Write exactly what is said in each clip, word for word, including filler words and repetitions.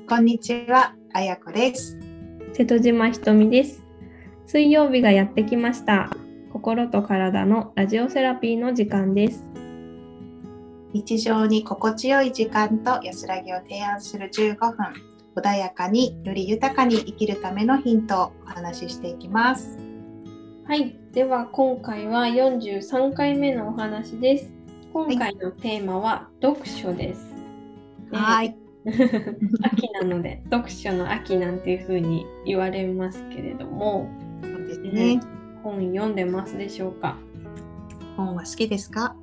こんにちは、あやこです。 瀬戸島ひとみです。水曜日がやってきました。心と体のラジオセラピーの時間です。 日常に心地よい時間と安らぎを提案するじゅうごふん、穏やかにより豊かに生きるためのヒントをお話ししていきます。 はい、では今回はよんじゅうさんかいめのお話です。今回のテーマは読書です。 はい。 秋なので読書の秋なんていう風に言われますけれども、 そうですね。 本読んでますでしょうか？ 本は好きですか？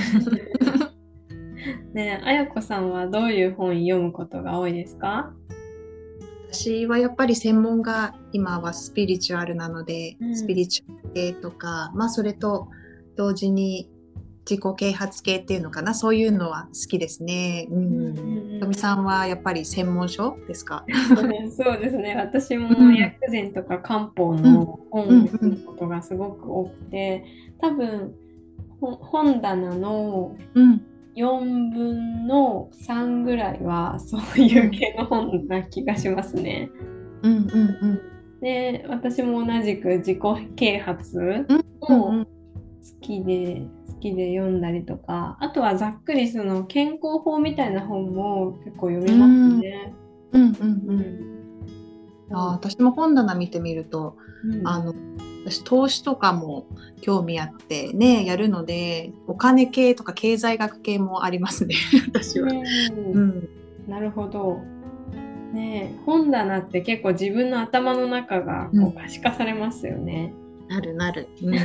ねえ、あやこさんはどういう本読むことが多いですか？ 私はやっぱり専門が今はスピリチュアルなので、 うん、 スピリチュアル系とか、まあそれと同時に自己啓発系っていうのかな、そういうのは好きですね。うん。とみさんはやっぱり専門書ですか？ そうですね。私もうん、 薬膳とか漢方うん、 の本うん、 を読うん、 むことがすごく多くて、多分ほ本棚のうん、 よんぶんのさんぐらいはそういう系の本な気がしますね。 うん、うん、うん、 で、私も同じく自己啓発うん、うん、うを好ん、 きで、好きで読んだりとか、あとはざっくりその健康法みたいな本も結構読みますうん、うん、 ね。 うん、ううん。 ん。 あー、 そ私も本棚見てみると、 う。うん。 あの、私投資とかも興味あってね、やるので、お金系とか経済学系もありますね、私は。 うん、 うん、 なるほど。ねえ、本棚って結構自分の頭の中がうん、 こう可視化されますよね。 なるなる。うん。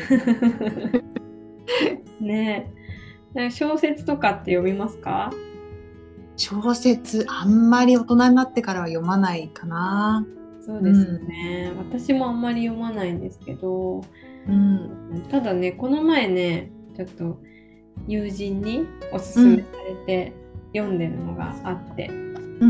ねえ、なんか小説とかって読みますか？ 小説、あんまり大人になってからは読まないかな。 そうですようん、 ね。私もあんまり読まないんですけど、 うん、 ただね、この前ね、ちょっと友人におすうん、 すめされて読んでるのがあって、 うん、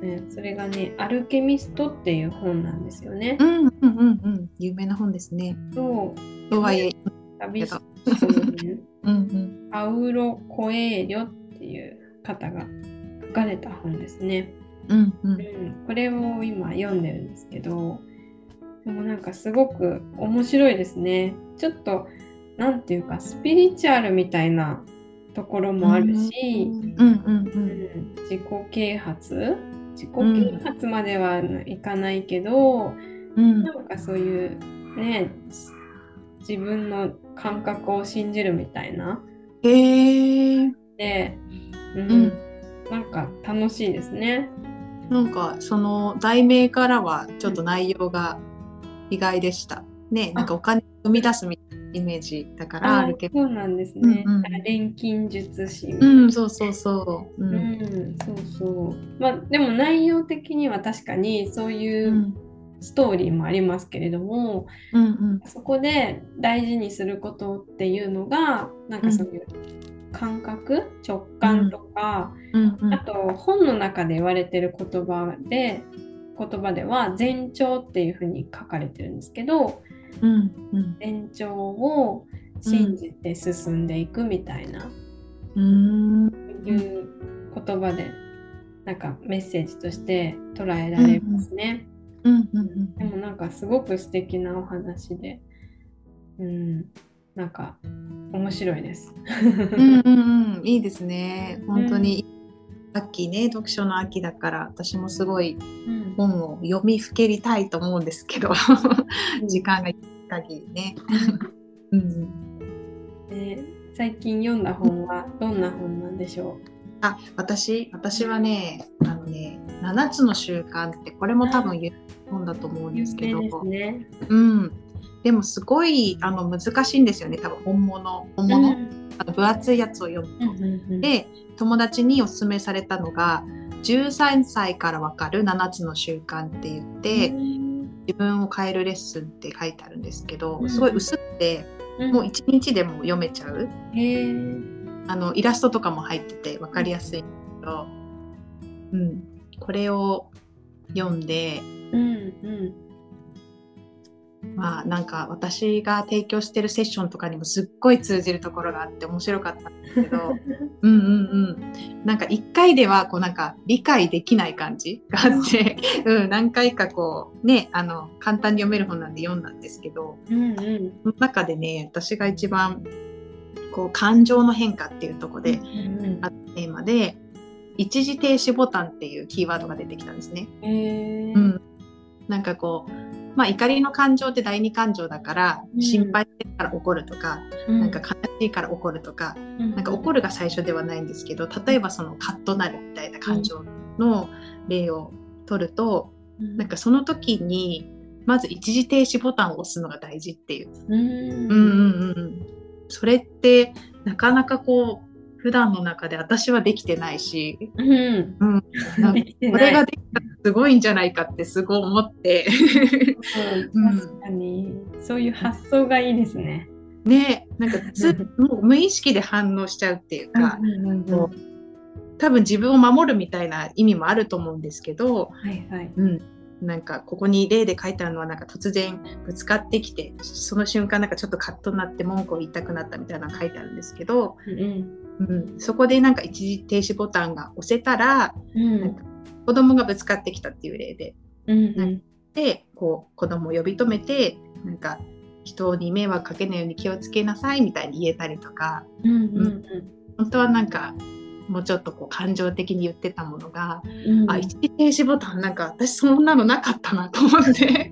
ね、それがね、アルケミストっていう本なんですよね。 うん、うん、うん、うん、有名な本ですね。 そう、夢とはいえ、 旅少けど。 年、 うん、うん、 パウロ・コエーリョっていう方が書かれた本ですね。 うん、ううん、 ん、これを今読んでるんですけど、でもなんかすごく面白いですね。ちょっと、なんていうか、スピリチュアルみたいなところもあるうん、うん、 し、 うん、うん、 うん、自己啓発自己うん、 啓発まではいかないけど、 うん、 なんかそういうね、自分の感覚を信じるみたいな。 へえ、 で、ううん。 ん、なんか楽しいですね。 なんか、その題名からはちょうん、 っと内容が意外でした。ね、なんかおあ、 金を生み出すみたいなイメージだから、ああ、 るけど。 そうなんですうんね。 うん錬金術師みうん。 たいうん、そうそうそう。うな。うん。 ん、そうそう。まあ、でも内容的には確かにそういううんストーリーもありますけれども、 うんうんそこで大事にすることっていうのが、なんうんかそういう感覚、直感うんとか、 うんうんあと本の中で言われてる言葉で、言葉では前兆っていうふうに書かれてるんですけど、 うんうん前兆を信じて進んでいくみたいな、 うんうんいう言葉でなんかメッセージとして捉えうんられますね。 うんううん、でもんなんかすごく素敵なお話で、うん、なんか面白いです。 うんうんうん、いいですね。 うん、 本当に秋ね、読書の秋だから私もすごいうん、 本を読みふけりたいと思うんですけど、 うん、 時間が限りね。 うん。 うんで、最近読んだ本はどんな本なんでしょあ、私、 う？ 私はね、あのね、ななつの習慣って、これも多あ、 分有名な本だと思うんですけど、 有名ですね。 うん。でもすごいあの難しいんですよね、多分本物、本物。 うん、 あの分厚いやつを読むと。 うん、うん、 で、友達にお勧めされたのが、じゅうさんさいからわかるななつの習慣って言っうて、 ん、 自分を変えるレッスンって書いてあるんですけど、すごいうん、 薄くて、 うん、 もういちにちでも読めちゃう。 へえ、 あのイラストとかも入ってて分かりやすいんだけど、うん、これを読んで、 うん、うん、 まあなんか私が提供してるセッションとかにもすっごい通じるところがあって面白かったんですけどうんうんうんなんかいっかいではこうなんか理解できない感じがあって、うん、何回かこうねあの簡単に読める本なんで読んだんですけど、 うんうん、 その中でね私が一番こう感情の変化っていうところで、 うんうん、 あったテーマで一時停止ボタンっていうキーワードが出てきたんですね。 えーうん、なんかこうまあ、怒りの感情って第二感情だから、うん、心配してるから怒るとか、うん、なんか悲しいから怒るとか、うん、なんか怒るが最初ではないんですけど、例えばそのカッとなるみたいな感情の例を取ると、うん、なんかその時にまず一時停止ボタンを押すのが大事っていう。うんうんうん、それってなかなかこう普段の中で私はできてないし、うんうん、なんかこれができたらすごいんじゃないかってすごい思って、 うん、確かにそういう発想がいいですね。 ね、なんかつもう無意識で反応しちゃうっていうか、うんうんうん、多分自分を守るみたいな意味もあると思うんですけど、はいはいうん、なんかここに例で書いてあるのはなんか突然ぶつかってきてその瞬間なんかちょっとカッとなって文句を言いたくなったみたいなのが書いてあるんですけど、うんうん、そこでなんか一時停止ボタンが押せたら、うん、なんか子供がぶつかってきたっていう例で、うんうん、でこう子供を呼び止めてなんか人に迷惑かけないように気をつけなさいみたいに言えたりとか、うんうんうん、本当はなんかもうちょっとこう感情的に言ってたものが、うん、あ一時停止ボタンなんか私そんなのなかったなと思って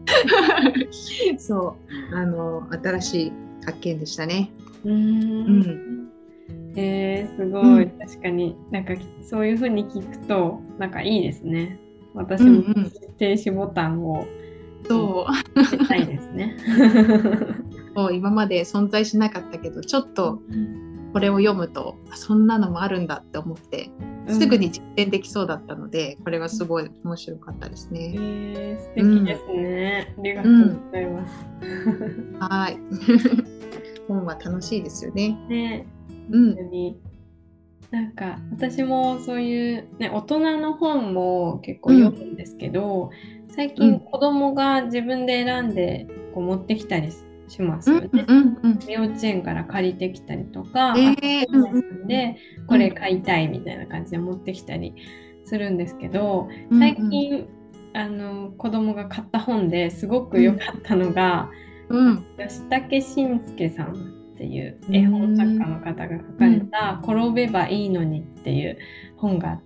そうあの新しい発見でしたね。うん、うんえー、すごい、うん、確かになんかそういう風に聞くとなんかいいですね。私も停止ボタンをそうしたいですね。 そう今まで存在しなかったけどちょっとこれを読むとそんなのもあるんだって思ってすぐに実践できそうだったので、うん、これはすごい面白かったですね。 えー、素敵ですね、うん、ありがとうございます。 うん、はい本は楽しいですよね。 ね本当に、うん、なんか私もそういう、ね、大人の本も結構読むんですけど、うん、最近子供が自分で選んでこう持ってきたりしますよね、うんうんうん、幼稚園から借りてきたりとか、えー、あと本屋さんでこれ買いたいみたいな感じで持ってきたりするんですけど、最近、うんうん、あの子供が買った本ですごく良かったのが、うん、吉武慎介さんっていう絵本作家の方が書かれた「転べばいいのに」っていう本があって、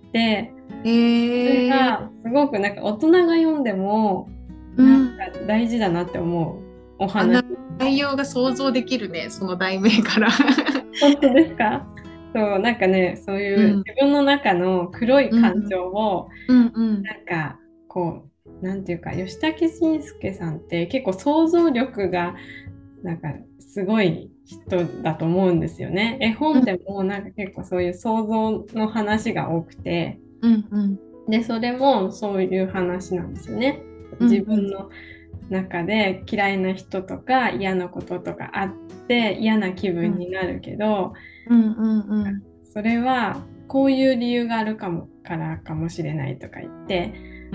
えー、それがすごくなんか大人が読んでもなんか大事だなって思うお話。 内容が想像できるね、その題名から。 本当ですか？そうなんかね、そういう自分の中の黒い感情を、うんうん、なんかこうなんていうか吉武慎介さんって結構想像力がなんかすごい人だと思うんですよね。絵本でもなんか結構そういう想像の話が多くて、うんうん、でそれもそういう話なんですよね。自分の中で嫌いな人とか嫌なこととかあって嫌な気分になるけど、うんうんうん、それはこういう理由があるかもからかもしれないとか言って、うん、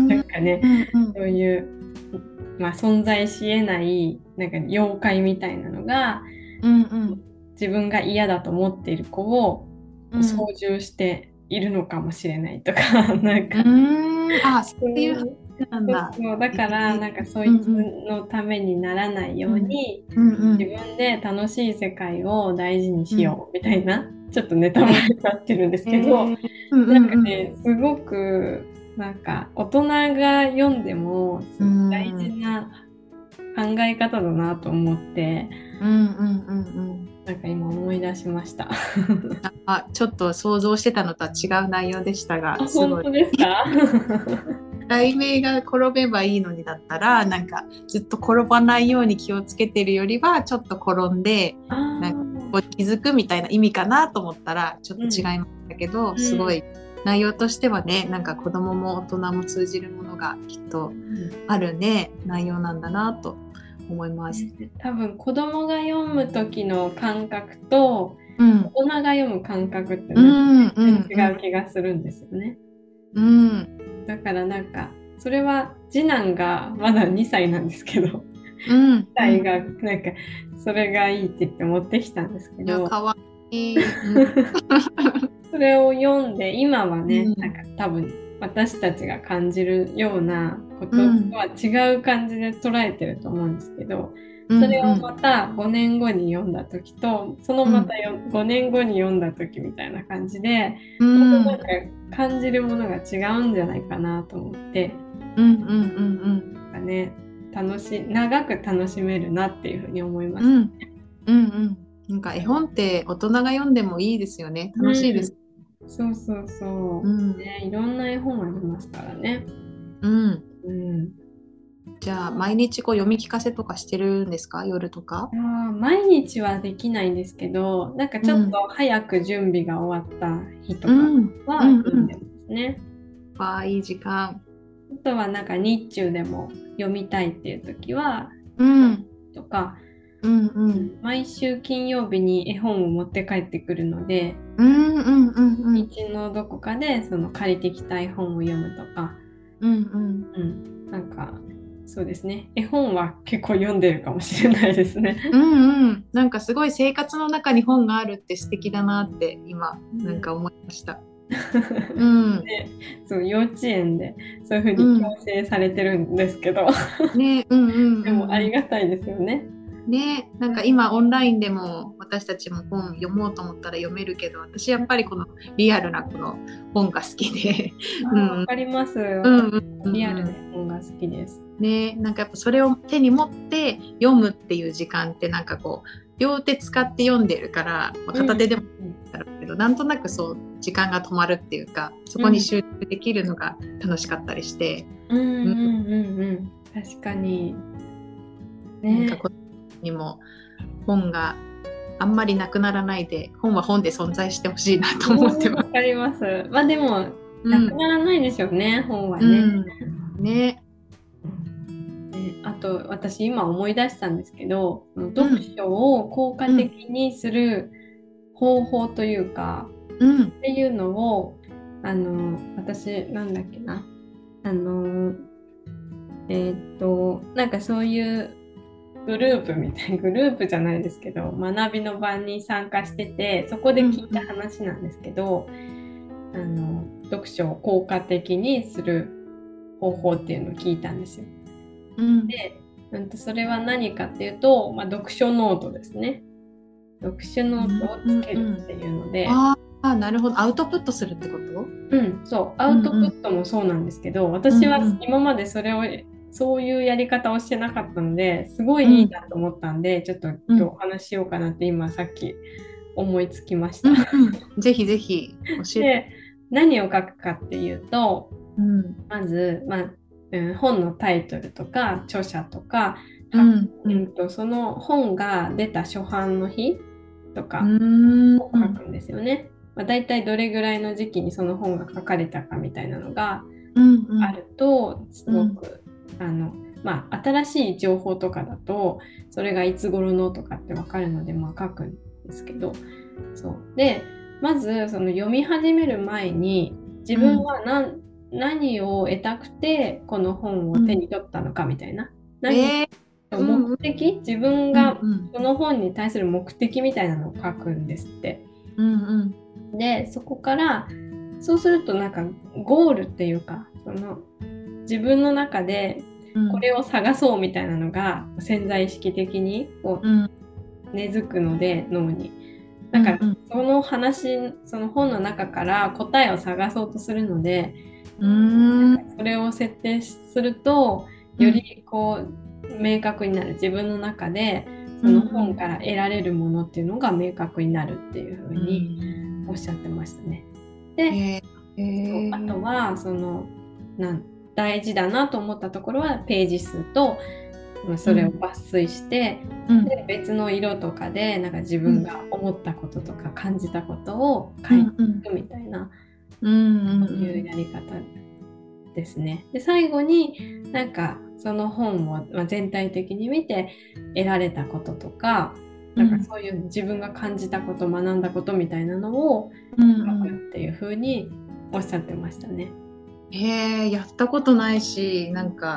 なんかね、うんうん、そういう、まあ、存在しえないなんか妖怪みたいなのが、うんうん、自分が嫌だと思っている子を操縦しているのかもしれないとか、うん、なんか、うんあそういうなんだそうそうだからなんかそいつのためにならないように、うんうん、自分で楽しい世界を大事にしようみたいな、うん、ちょっとネタバレになってるんですけど、えーうんうんうん、なんかねすごくなんか大人が読んでも大事な考え方だなと思って、うんうんうんうん、なんか今思い出しましたあちょっと想像してたのとは違う内容でしたが、 すごい本当ですか題名が転べばいいのにだったらなんかずっと転ばないように気をつけてるよりはちょっと転んでなんかこう気づくみたいな意味かなと思ったらちょっと違いましたけど、うん、すごい内容としてはねなんか子供も大人も通じるものがきっとあるね、うん、内容なんだなと思います。 多分子供が読む時の感覚と、うん、大人が読む感覚って全然違う気がするんですよね。うん、うんだからなんかそれは次男がまだにさいなんですけどうん、 体がなんかそれがいいって言って持ってきたんですけど、 かわいい。うん、 それを読んで今はね、 うん、 なんか多分私たちが感じるようなことうん、 とは違う感じで捉えてると思うんですけど、 うん、 それをうん、 またごねんごに読んだ時と、そのまたよごねんごに読んだ時みたいな感じで、 うん、うん、 なんか感じるものが違うんじゃないかなと思って、 うん、うん、 なんかね、楽し長く楽しめるなっていうふうに思いました。 うん、うん。なんか絵本って大人が読んでもいいですよね。楽しいです。 うん、そうそうそう、 うん、 ね。いろんな絵本ありますからね。 うん。 うん。 じゃあ、毎日こう読み聞かせとかしてるんですか？夜とか？ あー、毎日はできないんですけど、なんかちょっうん、 と早く準備が終わった日とかうん、うん、うん。 は読んでますね。 わあ、いい時間。 あとはなんか日中でも読みたいっていう時はうん、 とか、 うん、うん。 うん、毎週金曜日に絵本を持って帰ってくるので、 うん、うん、うん、うん。 日のどこかでその借りてきた絵本を読むとか、 うん、うん。 うん、なんかそうですね。絵本は結構読んでるかもしれないですね。 うんうん。なんかすごい生活の中に本があるって素敵だなって今うん。 なんか思いました。うん。 で、そう幼稚園でそういうふううに強ん。 制されてるんですけど、 ね、うんうんでもありうんがたいですよね。 うん。ね、なんか今オンラインでも私たちも本読もうと思ったら読めるけど、私やっぱりこのリアルなこの本が好きで、うあー、わんかります。私うんうんうんリアルなうん。 本が好きです。 ね、なんかやっぱそれを手に持って読むっていう時間ってなんかこう両手使って読んでるから、まあうん。 片手でもだろうけど、なんとなくそう時間が止まるっていうか、そこにうん。 集中できるのが楽しかったりして、 うんううん、 んうんうん。確かに。ね。 なんかこっちにも本があんまりなくならないで、本は本で存在してほしいなと思ってます。 うん、わかります。まあでも、なくうん、 ならないでしょうね、本はうね。 ん、ね、 ね、あと、私今思い出したんですけど、読うん、 書を効果うん、 的にする方法というか、 うん、 っていうのを、あの、私、なんだっけな、あの、えーっと、なんかそういうグループみたい、グループじゃないですけど、学びの場に参加してて、そこでうん、 聞いた話なんですけど、あの、読書を効果的にする方法っていうのを聞いたんですよ。 うん、 で、うんと、それは何かっていうと、まあ、読書ノートですね。読書ノートをうん、 つけうん。 るっていうので、 ああ、なるほど。アウトプットするってこと？ うん、そう、アウトプうんうんットもそうなんですけど、 うん私はうん今までそれを、そういうやり方をしてなかったので、すごうんいいいなと思ったんで、ちょっと今日うんお話ししようかなって今さっき思いつきました。 うんうん。ぜひぜひ教えて。 で、何を書くかっていうと、 うんまず、まあ、うん、本のタイトルとか著者とか、はうんうんうんと、その本が出た初版の日とうかんうんを書くんですよね。まあ、大体どれぐらいの時期にその本が書かれたかみたいなのがうんあるとすうんごく、あの、まあ、新しい情報とかだとそれがいつ頃のとかって分かるので、まあ、書くんですけど、そうでまずその読み始める前に自分は何、何を得たくてこの本を手うんに取ったのかみたいな、何えーうんうん目的、自分がうんうんその本に対する目的みたいなのを書くんですって。 うんうんで、そこからそうするとなんかゴールっていうか、その自分の中でこれを探そうみたいなのが潜在意識的にこうんう根付くので、脳に。だからうんその話、その本の中から答えを探そうとするので、 うんうんそれを設定するとよりこう明確になる、自分の中でその本から得られるものっていうのが明確になるっていうふうにおっしゃってましたね。で、 えーあとはそのなん大事だなと思ったところはページ数とそれを抜粋して、 うんで別の色とかでなんか自うん分が思ったこととか感じたことを書いていくみたいな、 うんそういうやり方ですね。で最後になんかその本を、まあ、全体的に見て得られたこととか、なんかそういう自分が感じたこと、学んだことみたいなのを書くっていう風におっしゃってましたね。 へえ、やったことないし、なんか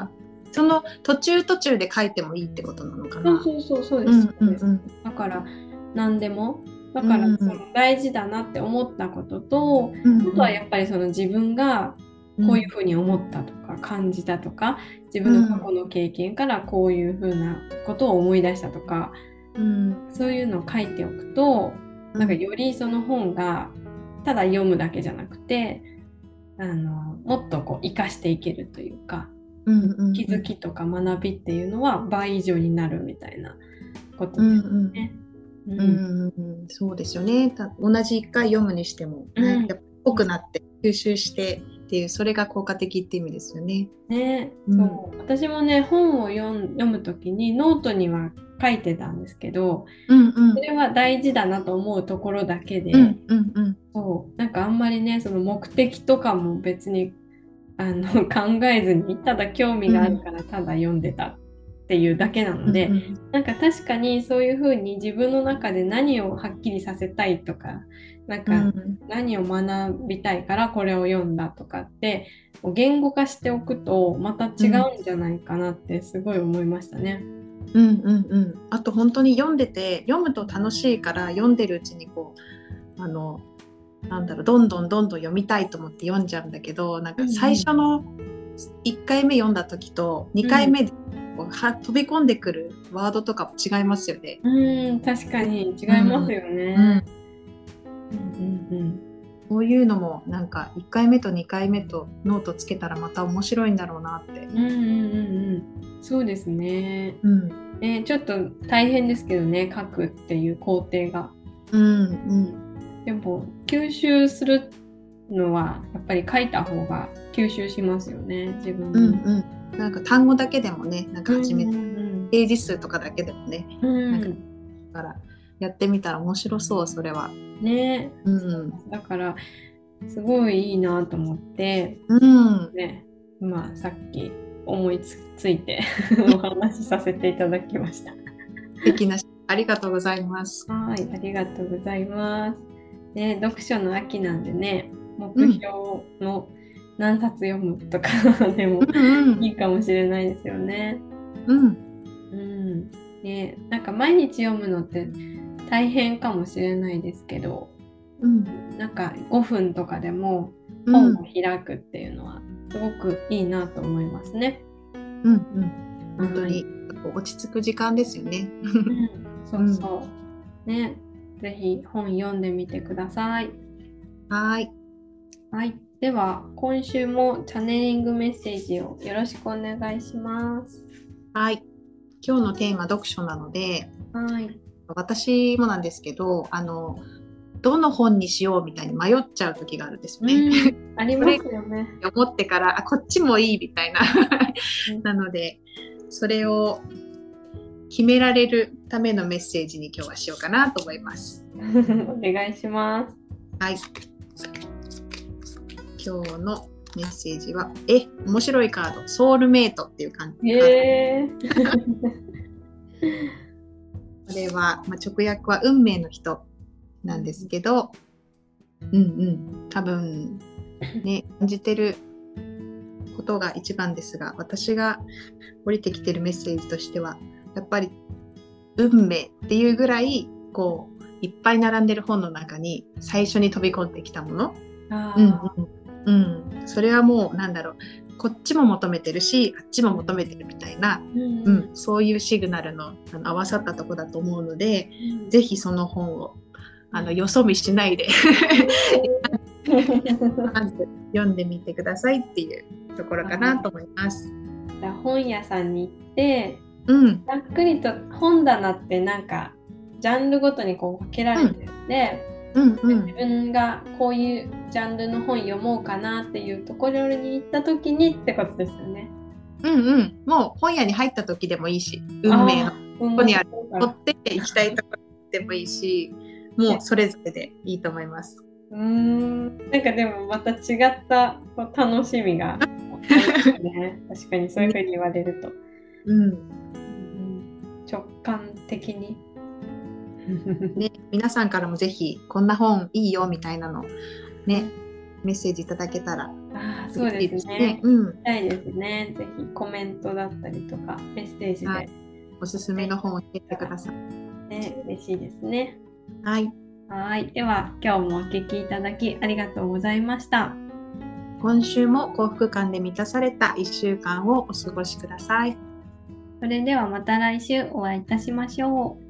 その途中途中で書いてもいいってことなのかな。そうそうそうそうです、うんうんうん、だから何でもだからその大事だなって思ったことと、うんうん、あとはやっぱりその自分がこういうふうに思ったとか感じたとか、自分の過去の経験からこういうふうなことを思い出したとか、うん、そういうのを書いておくと、なんかよりその本がただ読むだけじゃなくて、あのもっとこう生かしていけるというか、うんうんうん、気づきとか学びっていうのは倍以上になるみたいなことですね。 うんうんうんうん、そうですよね。同じいっかい読むにしても、ね、うん、やっぱ濃くなって吸収してっていう、それが効果的っていう意味ですよね。 ね、うん、そう私もね本を読む、読むときにノートには書いてたんですけど、うんうん、それは大事だなと思うところだけで、うんうんうん、そうなんかあんまりねその目的とかも別にあの考えずにただ興味があるからただ読んでたっていうだけなので、うんうん、なんか確かにそういうふうに自分の中で何をはっきりさせたいとか、なんか何を学びたいからこれを読んだとかって言語化しておくとまた違うんじゃないかなってすごい思いましたね。 うんうんうん、あと本当に読んでて読むと楽しいから読んでるうちにこうあのなんだろうどんどんどんどん読みたいと思って読んじゃうんだけど、なんか最初のいっかいめ読んだ時とにかいめでこうは飛び込んでくるワードとかも違いますよね。 うん、確かに違いますよね。 こういうのもなんかいっかいめとにかいめとノートつけたらまた面白いんだろうなって。うんうんうんうん、そうですね。うんえー、ちょっと大変ですけどね書くっていう工程が。うんうんでも吸収するのはやっぱり書いた方が吸収しますよね自分の、うんうん、なんか単語だけでもねなんか始めて、うんうん、ページ数とかだけでもね、うん、なんかだからやってみたら面白そうそれはね、うん、だからすごいいいなと思って、うんねまあ、さっき思いついてお話しさせていただきました。 素敵なありがとうございます。 はい、ありがとうございます。ね、読書の秋なんでね、目標の何冊読むとかでもいいかもしれないですよね。うん。うん。ね、なんか毎日読むのって大変かもしれないですけど、うん、なんかごふんとかでも本を開くっていうのはすごくいいなと思いますね。 うんうん。本当に落ち着く時間ですよね。うん、 そうそう。ね。ぜひ本読んでみてください。 はい。 はい。では、今週もチャネリングメッセージをよろしくお願いします。 はい。今日のテーマ、読書なので、はい。私もなんですけど、あの、どの本にしようみたいに迷っちゃう時があるんですよね。 ありますよね。 思ってから、あ、こっちもいいみたいな。なので、それを決められるためのメッセージに今日はしようかなと思います。 お願いします。 はい。今日のメッセージは、え、面白いカード、ソウルメイトっていう感じ。へーこれは、まあ、直訳は運命の人なんですけど、うんうん、多分ね、感じてることが一番ですが、私が降りてきてるメッセージとしては、やっぱり運命っていうぐらいこういっぱい並んでる本の中に最初に飛び込んできたもの、うんうんうん、それはもうなんだろう、こっちも求めてるしあっちも求めてるみたいな、うんうん、そういうシグナル の, あの合わさったとこだと思うので、うん、ぜひその本をあのよそ見しないでまず読んでみてくださいっていうところかなと思います。 本屋さんに行ってうん、ざっくりと本棚ってなんかジャンルごとにこう分けられてるんで、うんうんうん、自分がこういうジャンルの本読もうかなっていうところに行った時にってことですよね。 うんうん、もう本屋に入った時でもいいし、運命のここにある持って行きたいところでもいいし、もうそれぞれでいいと思います。 うーん、なんかでもまた違った楽しみがありますね。確かにそういうふうに言われると。うん直感的に、 ね、皆さんからもぜひこんな本いいよみたいなのねメッセージいただけたらああ、そうですね。 うん。 したいですね。ぜひコメントだったりとかメッセージで、はい、 おすすめの本を教えてください。 ね、嬉しいですね。 はい。 はい。では今日もお聞きいただきありがとうございました。 今週も幸福感で満たされたいっしゅうかんをお過ごしください。 それではまた来週お会いいたしましょう。